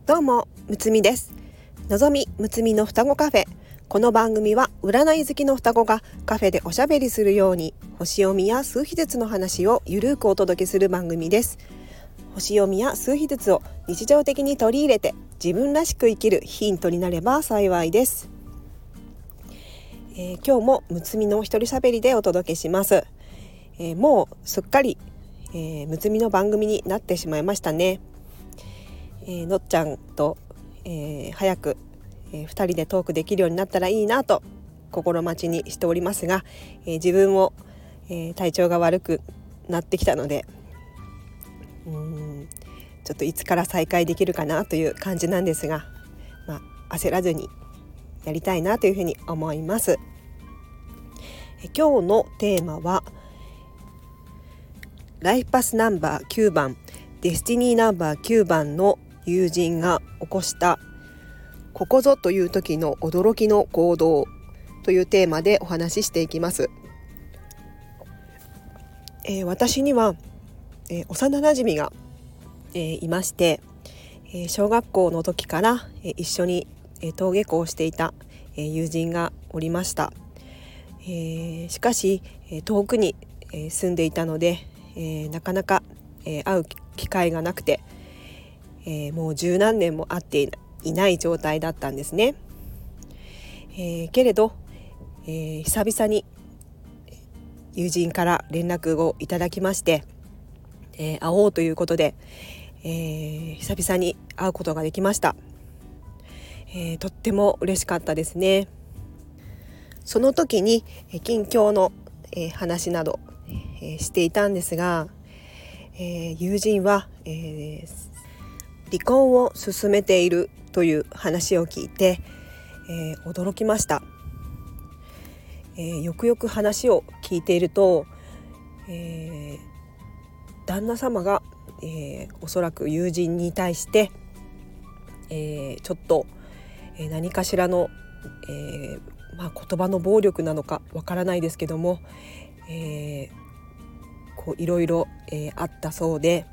どうも、むつみです。のぞみむつみの双子カフェ。この番組は占い好きの双子がカフェでおしゃべりするように、星読みや数秘術の話をゆるくお届けする番組です。星読みや数秘術を日常的に取り入れて自分らしく生きるヒントになれば幸いです。今日もむつみの一人しゃべりでお届けします。もうすっかり、むつみの番組になってしまいましたね。のっちゃんと、早く、2人でトークできるようになったらいいなと心待ちにしておりますが、自分も、体調が悪くなってきたのでちょっといつから再開できるかなという感じなんですが、焦らずにやりたいなというふうに思います。今日のテーマはライフパスナンバー9番デスティニーナンバー9番の友人が起こしたここぞという時の驚きの行動というテーマでお話ししていきます。私には、幼なじみが、いまして、小学校の時から、一緒に、登下校をしていた、友人がおりました。しかし、遠くに、住んでいたので、なかなか、会う機会がなくて、もう十何年も会っていない状態だったんですね。けれど、久々に友人から連絡をいただきまして、会おうということで、久々に会うことができました。とっても嬉しかったですね。その時に近況の、話など、していたんですが、友人は、離婚を進めているという話を聞いて、驚きました。よくよく話を聞いていると、旦那様が、おそらく友人に対して、ちょっと、何かしらの、言葉の暴力なのかわからないですけども、いろいろあったそうで、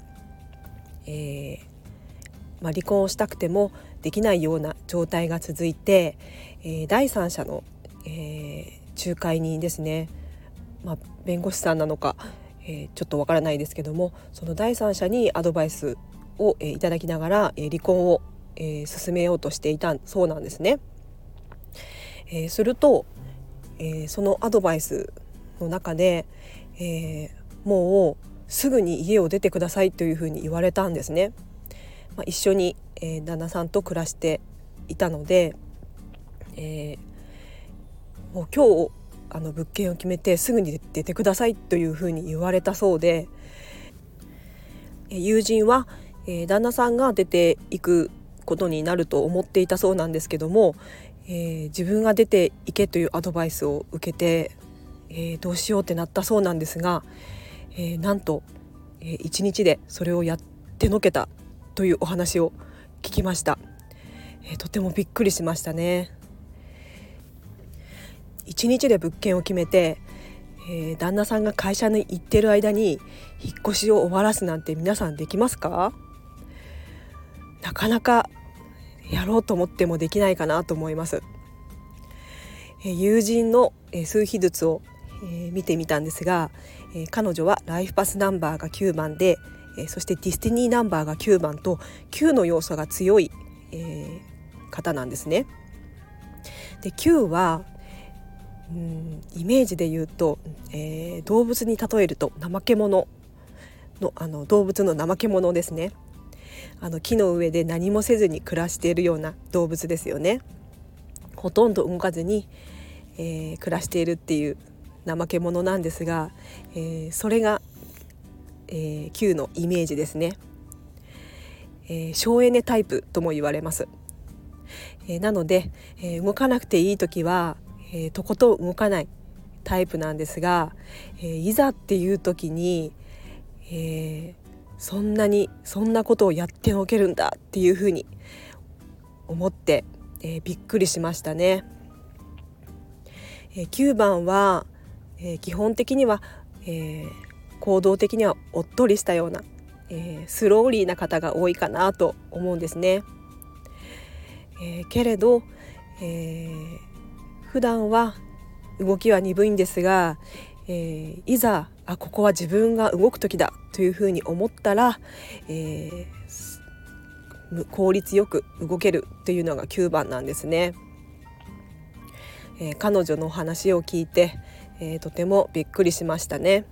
離婚をしたくてもできないような状態が続いて、第三者の、仲介人ですね、弁護士さんなのか、ちょっとわからないですけども、その第三者にアドバイスを、いただきながら、離婚を、進めようとしていたそうなんですね。すると、そのアドバイスの中で、もうすぐに家を出てくださいというふうに言われたんですね。一緒に、旦那さんと暮らしていたので、もう今日物件を決めてすぐに出てくださいというふうに言われたそうで、友人は、旦那さんが出ていくことになると思っていたそうなんですけども、自分が出ていけというアドバイスを受けて、どうしようってなったそうなんですが、なんと、1日でそれをやってのけたというお話を聞きました。とてもびっくりしましたね。1日で物件を決めて、旦那さんが会社に行ってる間に引っ越しを終わらすなんて皆さんできますか？なかなかやろうと思ってもできないかなと思います。友人の、数秘術を、見てみたんですが、彼女はライフパスナンバーが9番で、そしてディスティニーナンバーが9番と9の要素が強い、方なんですね。で、9はイメージで言うと、動物に例えると怠け者の、動物の怠け者ですね。木の上で何もせずに暮らしているような動物ですよね。ほとんど動かずに、暮らしているっていう怠け者なんですが、それが、9のイメージですね。省エネタイプとも言われます。なので、動かなくていい時は、とことん動かないタイプなんですが、いざっていう時に、そんなことをやってのけるんだっていうふうに思って、びっくりしましたね。9番は、基本的には、行動的にはおっとりしたような、スローリーな方が多いかなと思うんですね。 けれど、普段は動きは鈍いんですが、いざここは自分が動く時だというふうに思ったら、効率よく動けるというのが9番なんですね。彼女の話を聞いて、とてもびっくりしましたね。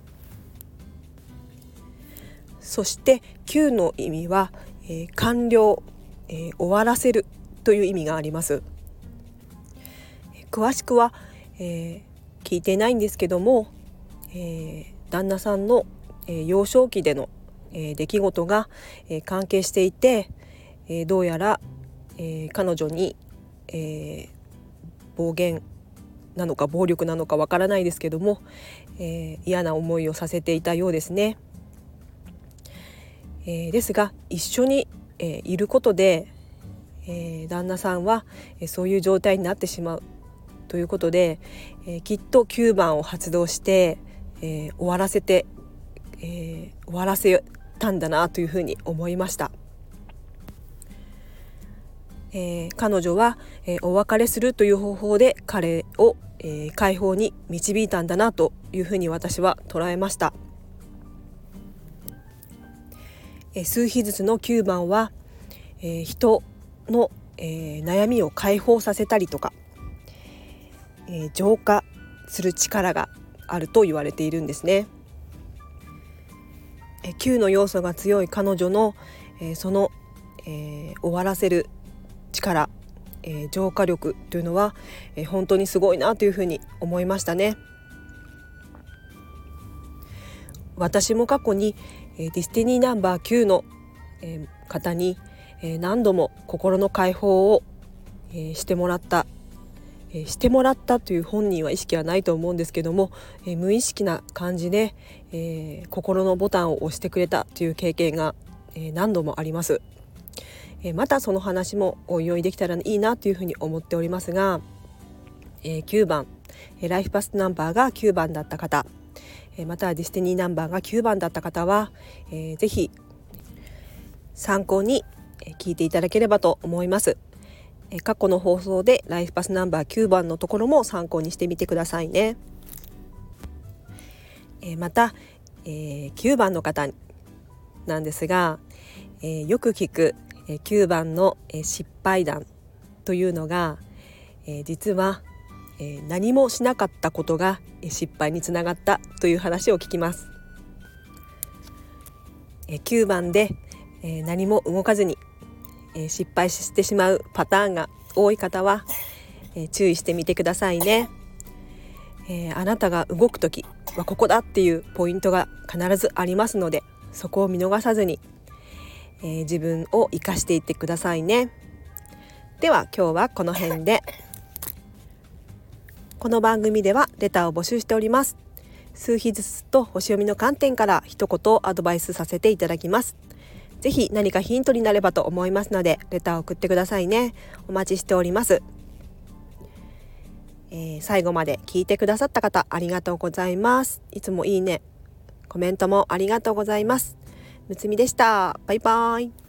そして9の意味は、完了、終わらせるという意味があります。詳しくは、聞いていないんですけども、旦那さんの、幼少期での、出来事が、関係していて、どうやら、彼女に、暴言なのか暴力なのかわからないですけども、嫌な思いをさせていたようですね。ですが一緒に、いることで、旦那さんは、そういう状態になってしまうということで、きっと9番を発動して、終わらせたんだなというふうに思いました。彼女は、お別れするという方法で彼を、解放に導いたんだなというふうに私は捉えました。数秘術の9番は、人の、悩みを解放させたりとか、浄化する力があると言われているんですね。9の要素が強い彼女の、その、終わらせる力、浄化力というのは、本当にすごいなというふうに思いましたね。私も過去に、ディスティニーナンバー9の、方に、何度も心の解放を、してもらったという本人は意識はないと思うんですけども、無意識な感じで、心のボタンを押してくれたという経験が、何度もあります。またその話もおいおいできたらいいなというふうに思っておりますが、9番、ライフパスナンバーが9番だった方、またはディスティニーナンバーが9番だった方は、ぜひ参考に聞いていただければと思います。過去の放送でライフパスナンバー9番のところも参考にしてみてくださいね。また、9番の方なんですが、よく聞く9番の失敗談というのが、実は何もしなかったことが失敗につながったという話を聞きます。9番で何も動かずに失敗してしまうパターンが多い方は注意してみてくださいね。あなたが動くときはここだっていうポイントが必ずありますので、そこを見逃さずに自分を生かしていってくださいね。では今日はこの辺で。この番組ではレターを募集しております。数秘術と星読みの観点から一言アドバイスさせていただきます。ぜひ何かヒントになればと思いますのでレターを送ってくださいね。お待ちしております。最後まで聞いてくださった方ありがとうございます。いつもいいね、コメントもありがとうございます。むつみでした。バイバイ。